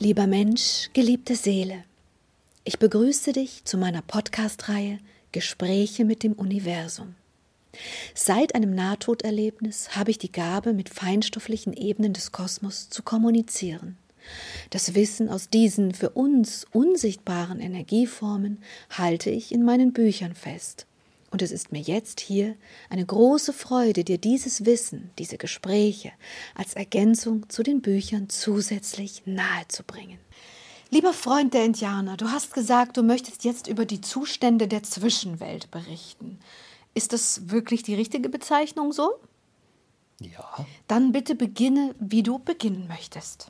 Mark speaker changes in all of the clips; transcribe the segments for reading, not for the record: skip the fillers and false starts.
Speaker 1: Lieber Mensch, geliebte Seele, ich begrüße dich zu meiner Podcast-Reihe Gespräche mit dem Universum. Seit einem Nahtoderlebnis habe ich die Gabe, mit feinstofflichen Ebenen des Kosmos zu kommunizieren. Das Wissen aus diesen für uns unsichtbaren Energieformen halte ich in meinen Büchern fest. Und es ist mir jetzt hier eine große Freude, dir dieses Wissen, diese Gespräche als Ergänzung zu den Büchern zusätzlich nahezubringen. Lieber Freund der Indianer, du hast gesagt, du möchtest jetzt über die Zustände der Zwischenwelt berichten. Ist das wirklich die richtige Bezeichnung so?
Speaker 2: Ja.
Speaker 1: Dann bitte beginne, wie du beginnen möchtest.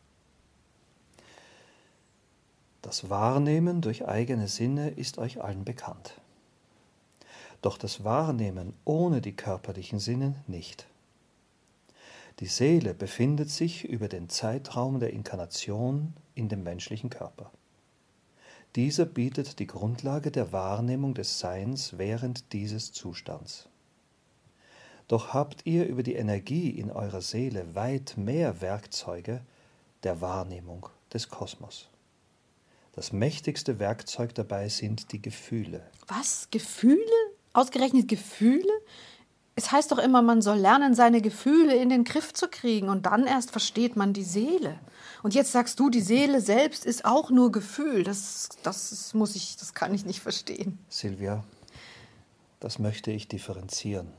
Speaker 2: Das Wahrnehmen durch eigene Sinne ist euch allen bekannt. Doch das Wahrnehmen ohne die körperlichen Sinne nicht. Die Seele befindet sich über den Zeitraum der Inkarnation in dem menschlichen Körper. Dieser bietet die Grundlage der Wahrnehmung des Seins während dieses Zustands. Doch habt ihr über die Energie in eurer Seele weit mehr Werkzeuge der Wahrnehmung des Kosmos. Das mächtigste Werkzeug dabei sind die Gefühle.
Speaker 1: Was? Gefühle? Ausgerechnet Gefühle? Es heißt doch immer, man soll lernen, seine Gefühle in den Griff zu kriegen und dann erst versteht man die Seele. Und jetzt sagst du, die Seele selbst ist auch nur Gefühl. Das kann ich nicht verstehen.
Speaker 2: Silvia, das möchte ich differenzieren.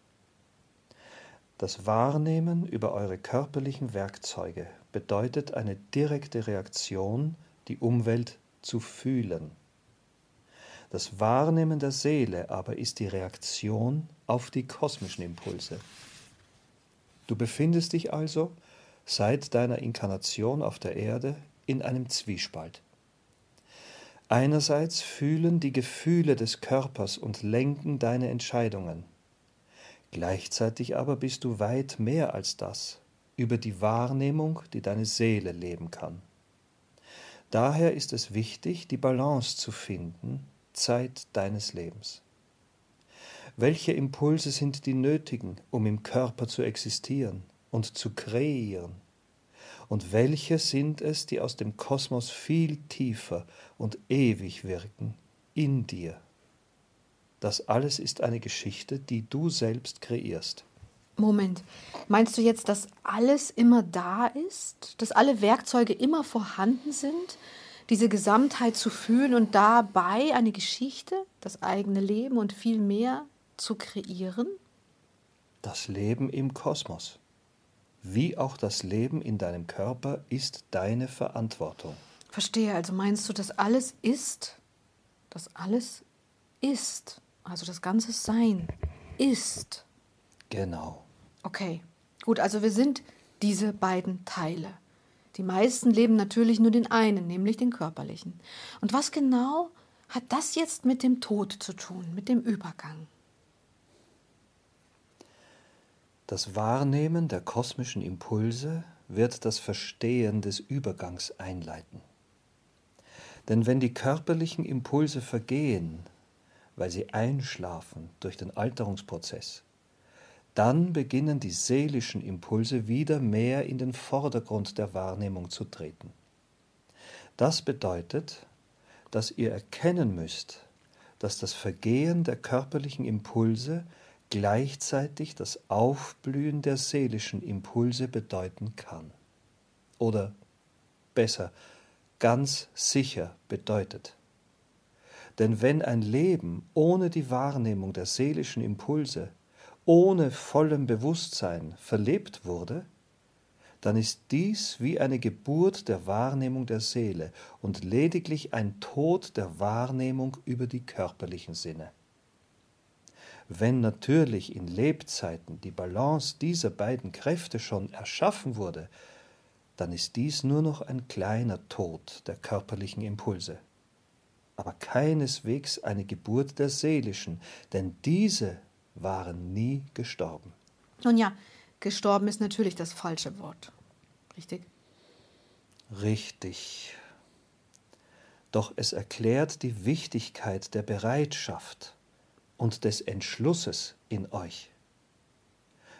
Speaker 2: Das Wahrnehmen über eure körperlichen Werkzeuge bedeutet eine direkte Reaktion, die Umwelt zu fühlen. Das Wahrnehmen der Seele aber ist die Reaktion auf die kosmischen Impulse. Du befindest dich also seit deiner Inkarnation auf der Erde in einem Zwiespalt. Einerseits fühlen die Gefühle des Körpers und lenken deine Entscheidungen. Gleichzeitig aber bist du weit mehr als das, über die Wahrnehmung, die deine Seele leben kann. Daher ist es wichtig, die Balance zu finden, Zeit deines Lebens. Welche Impulse sind die nötigen, um im Körper zu existieren und zu kreieren? Und welche sind es, die aus dem Kosmos viel tiefer und ewig wirken, in dir? Das alles ist eine Geschichte, die du selbst kreierst.
Speaker 1: Moment, meinst du jetzt, dass alles immer da ist? Dass alle Werkzeuge immer vorhanden sind? Diese Gesamtheit zu fühlen und dabei eine Geschichte, das eigene Leben und viel mehr zu kreieren?
Speaker 2: Das Leben im Kosmos, wie auch das Leben in deinem Körper, ist deine Verantwortung.
Speaker 1: Verstehe, also meinst du, dass alles ist? Dass alles ist, also das ganze Sein ist.
Speaker 2: Genau.
Speaker 1: Okay, gut, also wir sind diese beiden Teile. Die meisten leben natürlich nur den einen, nämlich den körperlichen. Und was genau hat das jetzt mit dem Tod zu tun, mit dem Übergang?
Speaker 2: Das Wahrnehmen der kosmischen Impulse wird das Verstehen des Übergangs einleiten. Denn wenn die körperlichen Impulse vergehen, weil sie einschlafen durch den Alterungsprozess, dann beginnen die seelischen Impulse wieder mehr in den Vordergrund der Wahrnehmung zu treten. Das bedeutet, dass ihr erkennen müsst, dass das Vergehen der körperlichen Impulse gleichzeitig das Aufblühen der seelischen Impulse bedeuten kann. Oder besser, ganz sicher bedeutet. Denn wenn ein Leben ohne die Wahrnehmung der seelischen Impulse, ohne vollem Bewusstsein verlebt wurde, dann ist dies wie eine Geburt der Wahrnehmung der Seele und lediglich ein Tod der Wahrnehmung über die körperlichen Sinne. Wenn natürlich in Lebzeiten die Balance dieser beiden Kräfte schon erschaffen wurde, dann ist dies nur noch ein kleiner Tod der körperlichen Impulse, aber keineswegs eine Geburt der seelischen, denn diese waren nie gestorben.
Speaker 1: Nun ja, gestorben ist natürlich das falsche Wort. Richtig?
Speaker 2: Richtig. Doch es erklärt die Wichtigkeit der Bereitschaft und des Entschlusses in euch.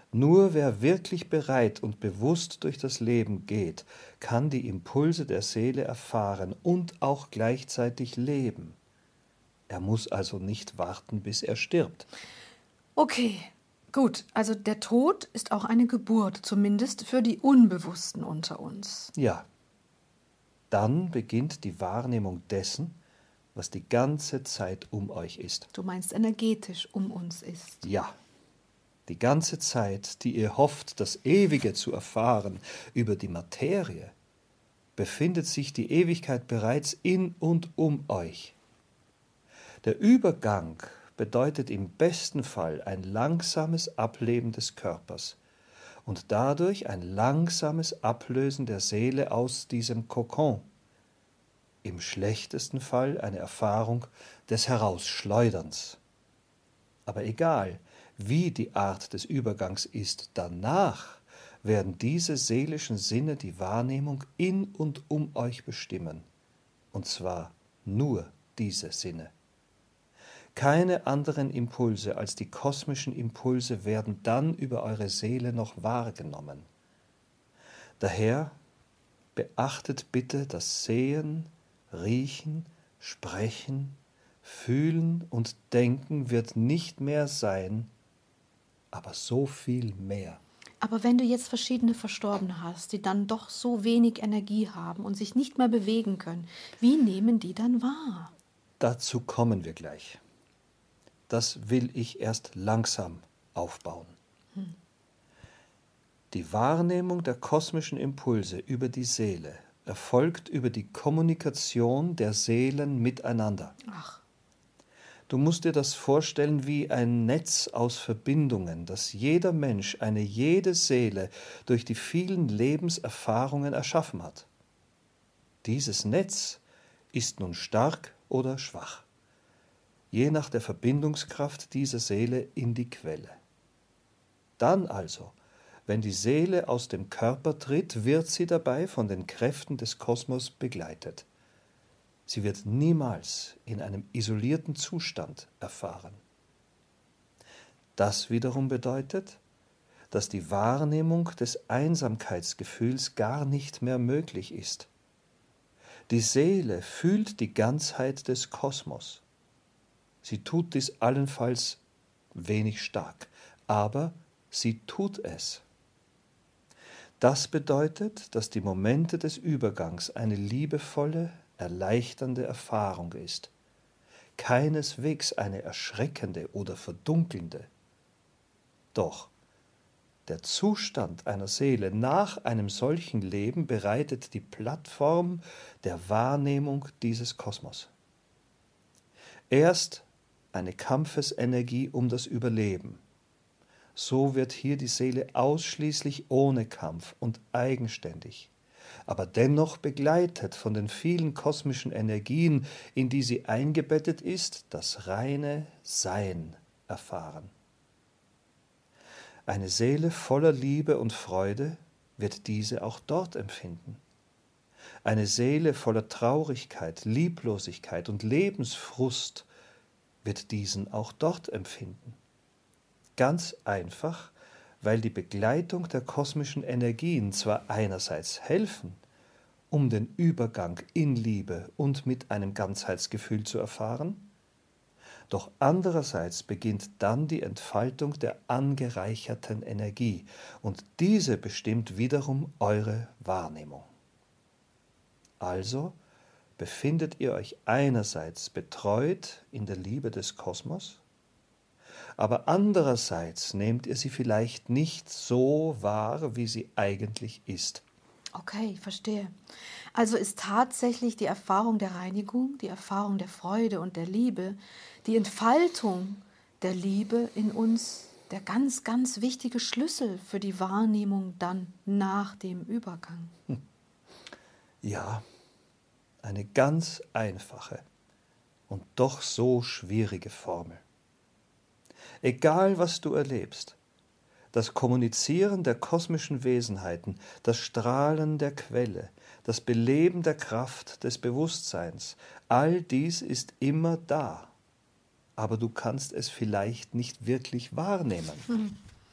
Speaker 2: Nur wer wirklich bereit und bewusst durch das Leben geht, kann die Impulse der Seele erfahren und auch gleichzeitig leben. Er muss also nicht warten, bis er stirbt.
Speaker 1: Okay, gut. Also der Tod ist auch eine Geburt, zumindest für die Unbewussten unter uns.
Speaker 2: Ja, dann beginnt die Wahrnehmung dessen, was die ganze Zeit um euch ist.
Speaker 1: Du meinst energetisch um uns ist.
Speaker 2: Ja, die ganze Zeit, die ihr hofft, das Ewige zu erfahren über die Materie, befindet sich die Ewigkeit bereits in und um euch. Der Übergang bedeutet im besten Fall ein langsames Ableben des Körpers und dadurch ein langsames Ablösen der Seele aus diesem Kokon. Im schlechtesten Fall eine Erfahrung des Herausschleuderns. Aber egal, wie die Art des Übergangs ist, danach werden diese seelischen Sinne die Wahrnehmung in und um euch bestimmen. Und zwar nur diese Sinne. Keine anderen Impulse als die kosmischen Impulse werden dann über eure Seele noch wahrgenommen. Daher beachtet bitte das Sehen, Riechen, Sprechen, Fühlen und Denken wird nicht mehr sein, aber so viel mehr.
Speaker 1: Aber wenn du jetzt verschiedene Verstorbene hast, die dann doch so wenig Energie haben und sich nicht mehr bewegen können, wie nehmen die dann wahr?
Speaker 2: Dazu kommen wir gleich. Das will ich erst langsam aufbauen. Die Wahrnehmung der kosmischen Impulse über die Seele erfolgt über die Kommunikation der Seelen miteinander.
Speaker 1: Ach.
Speaker 2: Du musst dir das vorstellen wie ein Netz aus Verbindungen, das jeder Mensch, jede Seele durch die vielen Lebenserfahrungen erschaffen hat. Dieses Netz ist nun stark oder schwach, je nach der Verbindungskraft dieser Seele in die Quelle. Dann also, wenn die Seele aus dem Körper tritt, wird sie dabei von den Kräften des Kosmos begleitet. Sie wird niemals in einem isolierten Zustand erfahren. Das wiederum bedeutet, dass die Wahrnehmung des Einsamkeitsgefühls gar nicht mehr möglich ist. Die Seele fühlt die Ganzheit des Kosmos. Sie tut dies allenfalls wenig stark, aber sie tut es. Das bedeutet, dass die Momente des Übergangs eine liebevolle, erleichternde Erfahrung ist, keineswegs eine erschreckende oder verdunkelnde. Doch der Zustand einer Seele nach einem solchen Leben bereitet die Plattform der Wahrnehmung dieses Kosmos. Erst eine Kampfesenergie um das Überleben. So wird hier die Seele ausschließlich ohne Kampf und eigenständig, aber dennoch begleitet von den vielen kosmischen Energien, in die sie eingebettet ist, das reine Sein erfahren. Eine Seele voller Liebe und Freude wird diese auch dort empfinden. Eine Seele voller Traurigkeit, Lieblosigkeit und Lebensfrust wird diesen auch dort empfinden. Ganz einfach, weil die Begleitung der kosmischen Energien zwar einerseits helfen, um den Übergang in Liebe und mit einem Ganzheitsgefühl zu erfahren, doch andererseits beginnt dann die Entfaltung der angereicherten Energie und diese bestimmt wiederum eure Wahrnehmung. Also befindet ihr euch einerseits betreut in der Liebe des Kosmos, aber andererseits nehmt ihr sie vielleicht nicht so wahr, wie sie eigentlich ist.
Speaker 1: Okay, verstehe. Also ist tatsächlich die Erfahrung der Reinigung, die Erfahrung der Freude und der Liebe, die Entfaltung der Liebe in uns der ganz, ganz wichtige Schlüssel für die Wahrnehmung dann nach dem Übergang.
Speaker 2: Ja, eine ganz einfache und doch so schwierige Formel. Egal, was du erlebst, das Kommunizieren der kosmischen Wesenheiten, das Strahlen der Quelle, das Beleben der Kraft des Bewusstseins, all dies ist immer da, aber du kannst es vielleicht nicht wirklich wahrnehmen.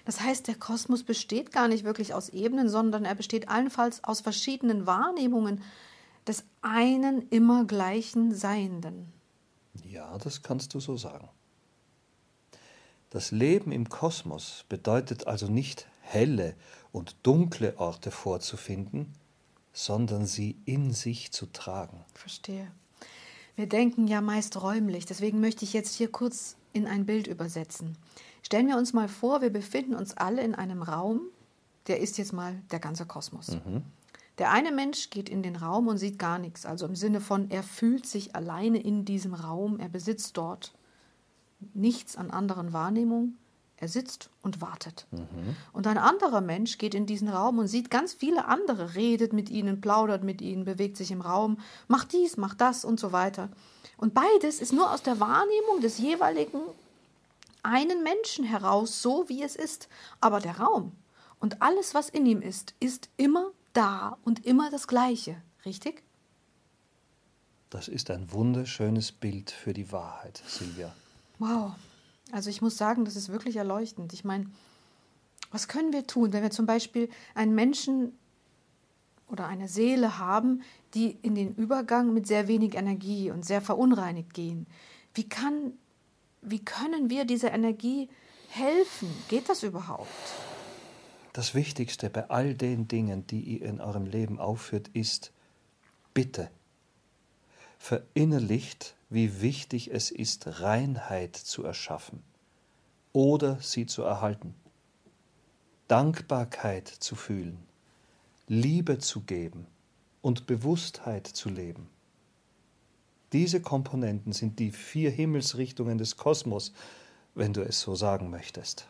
Speaker 1: Das heißt, der Kosmos besteht gar nicht wirklich aus Ebenen, sondern er besteht allenfalls aus verschiedenen Wahrnehmungen des einen immer gleichen Seienden.
Speaker 2: Ja, das kannst du so sagen. Das Leben im Kosmos bedeutet also nicht helle und dunkle Orte vorzufinden, sondern sie in sich zu tragen.
Speaker 1: Verstehe. Wir denken ja meist räumlich, deswegen möchte ich jetzt hier kurz in ein Bild übersetzen. Stellen wir uns mal vor, wir befinden uns alle in einem Raum, der ist jetzt mal der ganze Kosmos. Der eine Mensch geht in den Raum und sieht gar nichts, also im Sinne von, er fühlt sich alleine in diesem Raum, er besitzt dort nichts an anderen Wahrnehmungen, er sitzt und wartet. Und ein anderer Mensch geht in diesen Raum und sieht ganz viele andere, redet mit ihnen, plaudert mit ihnen, bewegt sich im Raum, macht dies, macht das und so weiter. Und beides ist nur aus der Wahrnehmung des jeweiligen einen Menschen heraus, so wie es ist. Aber der Raum und alles, was in ihm ist immer da und immer das Gleiche. Richtig?
Speaker 2: Das ist ein wunderschönes Bild für die Wahrheit, Silvia.
Speaker 1: Wow. Also ich muss sagen, das ist wirklich erleuchtend. Ich meine, was können wir tun, wenn wir zum Beispiel einen Menschen oder eine Seele haben, die in den Übergang mit sehr wenig Energie und sehr verunreinigt gehen? Wie können wir dieser Energie helfen? Geht das überhaupt?
Speaker 2: Das Wichtigste bei all den Dingen, die ihr in eurem Leben aufführt, ist, bitte, verinnerlicht, wie wichtig es ist, Reinheit zu erschaffen oder sie zu erhalten, Dankbarkeit zu fühlen, Liebe zu geben und Bewusstheit zu leben. Diese Komponenten sind die 4 Himmelsrichtungen des Kosmos, wenn du es so sagen möchtest.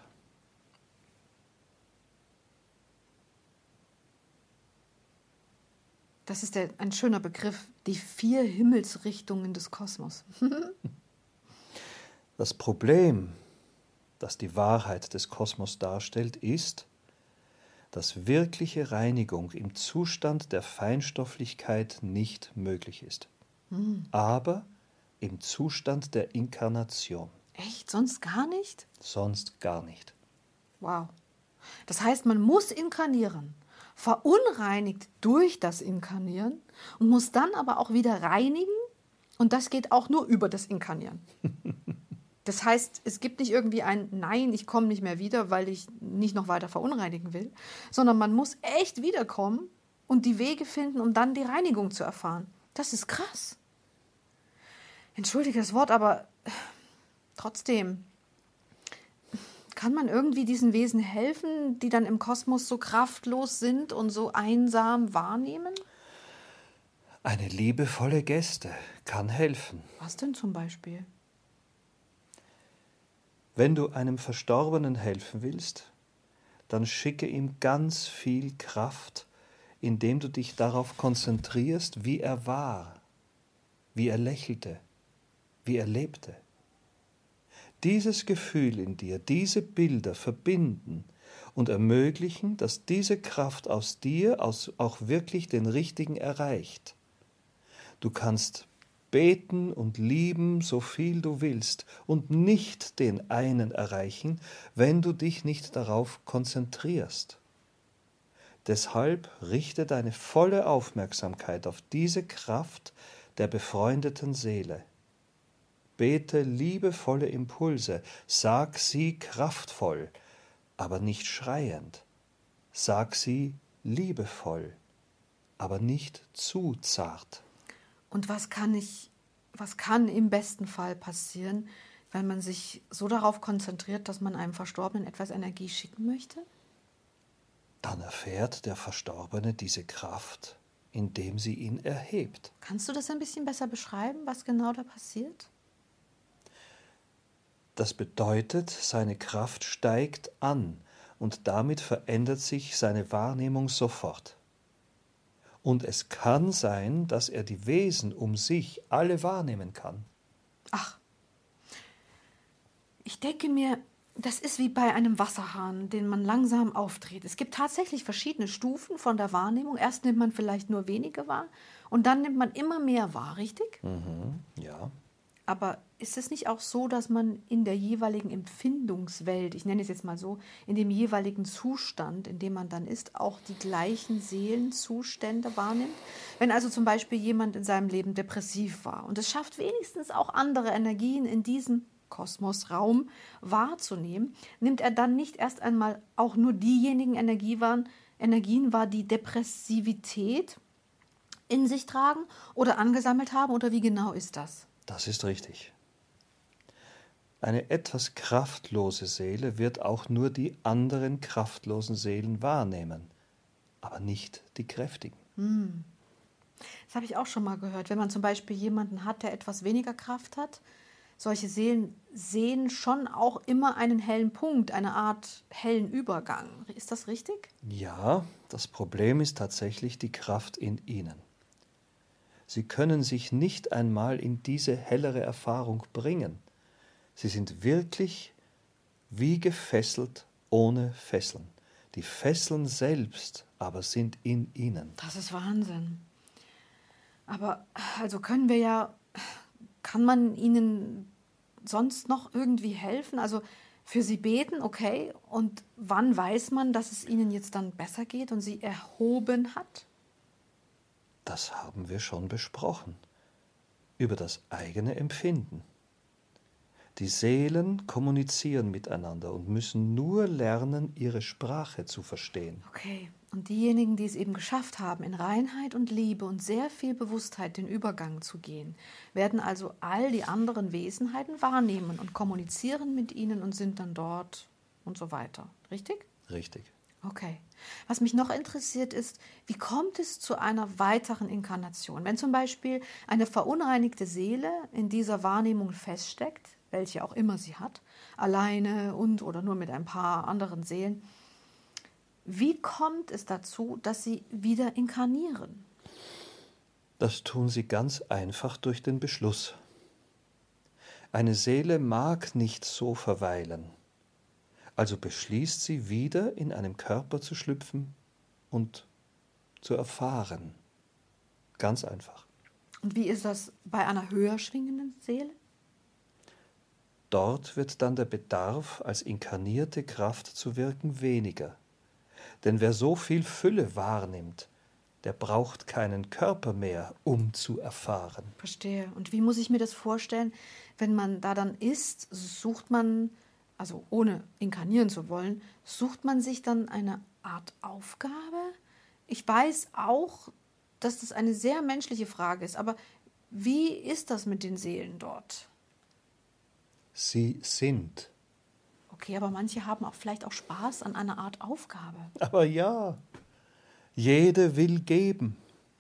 Speaker 1: Das ist ein schöner Begriff, die 4 Himmelsrichtungen des Kosmos.
Speaker 2: Das Problem, das die Wahrheit des Kosmos darstellt, ist, dass wirkliche Reinigung im Zustand der Feinstofflichkeit nicht möglich ist, aber im Zustand der Inkarnation.
Speaker 1: Echt? Sonst gar nicht?
Speaker 2: Sonst gar nicht.
Speaker 1: Wow. Das heißt, man muss inkarnieren, verunreinigt durch das Inkarnieren und muss dann aber auch wieder reinigen und das geht auch nur über das Inkarnieren. Das heißt, es gibt nicht irgendwie ein Nein, ich komme nicht mehr wieder, weil ich nicht noch weiter verunreinigen will, sondern man muss echt wiederkommen und die Wege finden, um dann die Reinigung zu erfahren. Das ist krass. Entschuldige das Wort, aber trotzdem, kann man irgendwie diesen Wesen helfen, die dann im Kosmos so kraftlos sind und so einsam wahrnehmen?
Speaker 2: Eine liebevolle Geste kann helfen.
Speaker 1: Was denn zum Beispiel?
Speaker 2: Wenn du einem Verstorbenen helfen willst, dann schicke ihm ganz viel Kraft, indem du dich darauf konzentrierst, wie er war, wie er lächelte, wie er lebte. Dieses Gefühl in dir, diese Bilder verbinden und ermöglichen, dass diese Kraft aus dir auch wirklich den Richtigen erreicht. Du kannst beten und lieben, so viel du willst, und nicht den einen erreichen, wenn du dich nicht darauf konzentrierst. Deshalb richte deine volle Aufmerksamkeit auf diese Kraft der befreundeten Seele. Bete liebevolle Impulse, sag sie kraftvoll, aber nicht schreiend. Sag sie liebevoll, aber nicht zu zart.
Speaker 1: Und was kann im besten Fall passieren, wenn man sich so darauf konzentriert, dass man einem Verstorbenen etwas Energie schicken möchte?
Speaker 2: Dann erfährt der Verstorbene diese Kraft, indem sie ihn erhebt.
Speaker 1: Kannst du das ein bisschen besser beschreiben, was genau da passiert?
Speaker 2: Das bedeutet, seine Kraft steigt an und damit verändert sich seine Wahrnehmung sofort. Und es kann sein, dass er die Wesen um sich alle wahrnehmen kann.
Speaker 1: Ach, ich denke mir, das ist wie bei einem Wasserhahn, den man langsam aufdreht. Es gibt tatsächlich verschiedene Stufen von der Wahrnehmung. Erst nimmt man vielleicht nur wenige wahr und dann nimmt man immer mehr wahr, richtig?
Speaker 2: Ja.
Speaker 1: Aber ist es nicht auch so, dass man in der jeweiligen Empfindungswelt, ich nenne es jetzt mal so, in dem jeweiligen Zustand, in dem man dann ist, auch die gleichen Seelenzustände wahrnimmt? Wenn also zum Beispiel jemand in seinem Leben depressiv war und es schafft wenigstens auch andere Energien in diesem Kosmosraum wahrzunehmen, nimmt er dann nicht erst einmal auch nur diejenigen Energien wahr, die Depressivität in sich tragen oder angesammelt haben? Oder wie genau ist das?
Speaker 2: Das ist richtig. Eine etwas kraftlose Seele wird auch nur die anderen kraftlosen Seelen wahrnehmen, aber nicht die kräftigen.
Speaker 1: Das habe ich auch schon mal gehört. Wenn man zum Beispiel jemanden hat, der etwas weniger Kraft hat, solche Seelen sehen schon auch immer einen hellen Punkt, eine Art hellen Übergang. Ist das richtig?
Speaker 2: Ja, das Problem ist tatsächlich die Kraft in ihnen. Sie können sich nicht einmal in diese hellere Erfahrung bringen. Sie sind wirklich wie gefesselt ohne Fesseln. Die Fesseln selbst aber sind in ihnen.
Speaker 1: Das ist Wahnsinn. Aber also kann man ihnen sonst noch irgendwie helfen? Also für sie beten, okay. Und wann weiß man, dass es ihnen jetzt dann besser geht und sie erhoben hat?
Speaker 2: Das haben wir schon besprochen. Über das eigene Empfinden. Die Seelen kommunizieren miteinander und müssen nur lernen, ihre Sprache zu verstehen.
Speaker 1: Okay, und diejenigen, die es eben geschafft haben, in Reinheit und Liebe und sehr viel Bewusstheit den Übergang zu gehen, werden also all die anderen Wesenheiten wahrnehmen und kommunizieren mit ihnen und sind dann dort und so weiter. Richtig?
Speaker 2: Richtig.
Speaker 1: Okay. Was mich noch interessiert ist, wie kommt es zu einer weiteren Inkarnation? Wenn zum Beispiel eine verunreinigte Seele in dieser Wahrnehmung feststeckt, welche auch immer sie hat, alleine und oder nur mit ein paar anderen Seelen, wie kommt es dazu, dass sie wieder inkarnieren?
Speaker 2: Das tun sie ganz einfach durch den Beschluss. Eine Seele mag nicht so verweilen, also beschließt sie wieder in einem Körper zu schlüpfen und zu erfahren. Ganz einfach.
Speaker 1: Und wie ist das bei einer höher schwingenden Seele?
Speaker 2: Dort wird dann der Bedarf, als inkarnierte Kraft zu wirken, weniger. Denn wer so viel Fülle wahrnimmt, der braucht keinen Körper mehr, um zu erfahren.
Speaker 1: Verstehe. Und wie muss ich mir das vorstellen, wenn man da dann ist, sucht man, also ohne inkarnieren zu wollen, sucht man sich dann eine Art Aufgabe? Ich weiß auch, dass das eine sehr menschliche Frage ist, aber wie ist das mit den Seelen dort?
Speaker 2: Sie sind.
Speaker 1: Okay, aber manche haben auch vielleicht auch Spaß an einer Art Aufgabe.
Speaker 2: Aber ja, jede will geben.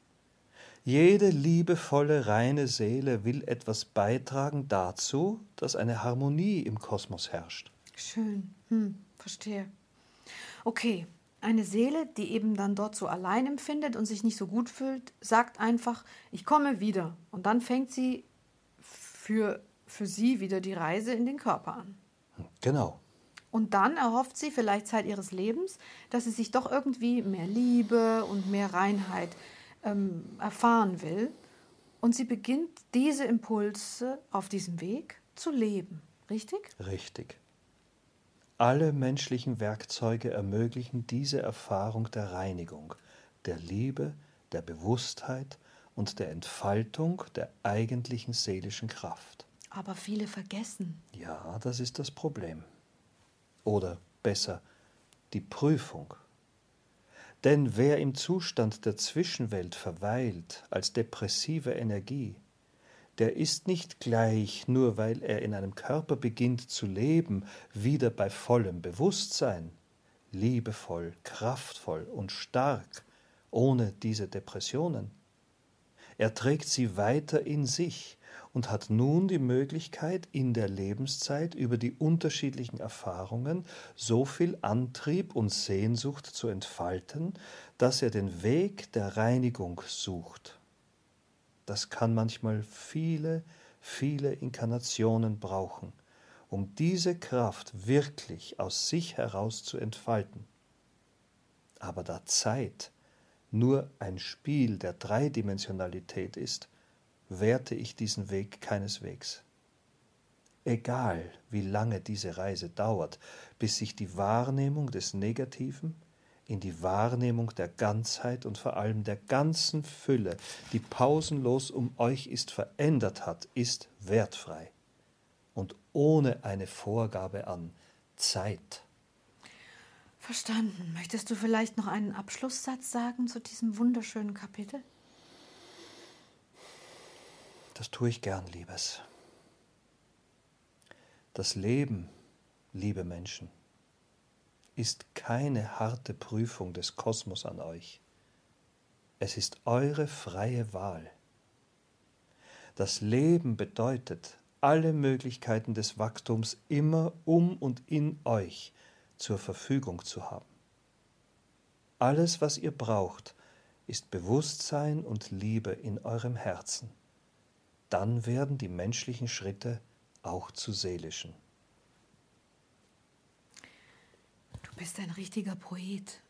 Speaker 2: Jede liebevolle, reine Seele will etwas beitragen dazu, dass eine Harmonie im Kosmos herrscht.
Speaker 1: Schön, verstehe. Okay, eine Seele, die eben dann dort so allein empfindet und sich nicht so gut fühlt, sagt einfach, ich komme wieder. Und dann fängt sie für sie wieder die Reise in den Körper an.
Speaker 2: Genau.
Speaker 1: Und dann erhofft sie vielleicht Zeit ihres Lebens, dass sie sich doch irgendwie mehr Liebe und mehr Reinheit erfahren will. Und sie beginnt diese Impulse auf diesem Weg zu leben. Richtig?
Speaker 2: Richtig. Alle menschlichen Werkzeuge ermöglichen diese Erfahrung der Reinigung, der Liebe, der Bewusstheit und der Entfaltung der eigentlichen seelischen Kraft.
Speaker 1: Aber viele vergessen.
Speaker 2: Ja, das ist das Problem. Oder besser, die Prüfung. Denn wer im Zustand der Zwischenwelt verweilt als depressive Energie, der ist nicht gleich, nur weil er in einem Körper beginnt zu leben, wieder bei vollem Bewusstsein, liebevoll, kraftvoll und stark, ohne diese Depressionen. Er trägt sie weiter in sich und hat nun die Möglichkeit, in der Lebenszeit über die unterschiedlichen Erfahrungen so viel Antrieb und Sehnsucht zu entfalten, dass er den Weg der Reinigung sucht. Das kann manchmal viele, viele Inkarnationen brauchen, um diese Kraft wirklich aus sich heraus zu entfalten. Aber da Zeit nur ein Spiel der Dreidimensionalität ist, werte ich diesen Weg keineswegs. egal wie lange diese Reise dauert, bis sich die Wahrnehmung des Negativen in die Wahrnehmung der Ganzheit und vor allem der ganzen Fülle, die pausenlos um euch ist, verändert hat, ist wertfrei und ohne eine Vorgabe an Zeit.
Speaker 1: Verstanden. Möchtest du vielleicht noch einen Abschlusssatz sagen zu diesem wunderschönen Kapitel?
Speaker 2: Das tue ich gern, Liebes. Das Leben, liebe Menschen, ist keine harte Prüfung des Kosmos an euch. Es ist eure freie Wahl. Das Leben bedeutet, alle Möglichkeiten des Wachstums immer um und in euch zur Verfügung zu haben. Alles, was ihr braucht, ist Bewusstsein und Liebe in eurem Herzen. Dann werden die menschlichen Schritte auch zu seelischen.
Speaker 1: Du bist ein richtiger Poet.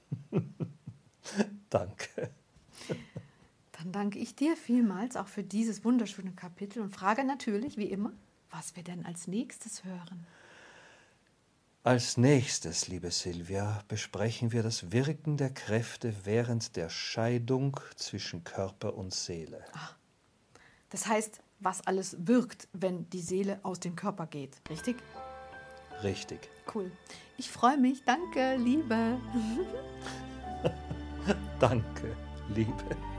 Speaker 2: Danke.
Speaker 1: Dann danke ich dir vielmals auch für dieses wunderschöne Kapitel und frage natürlich, wie immer, was wir denn als nächstes hören.
Speaker 2: Als nächstes, liebe Silvia, besprechen wir das Wirken der Kräfte während der Scheidung zwischen Körper und Seele.
Speaker 1: Das heißt, was alles wirkt, wenn die Seele aus dem Körper geht, richtig?
Speaker 2: Richtig.
Speaker 1: Cool. Ich freue mich. Danke, Liebe.
Speaker 2: Danke, Liebe.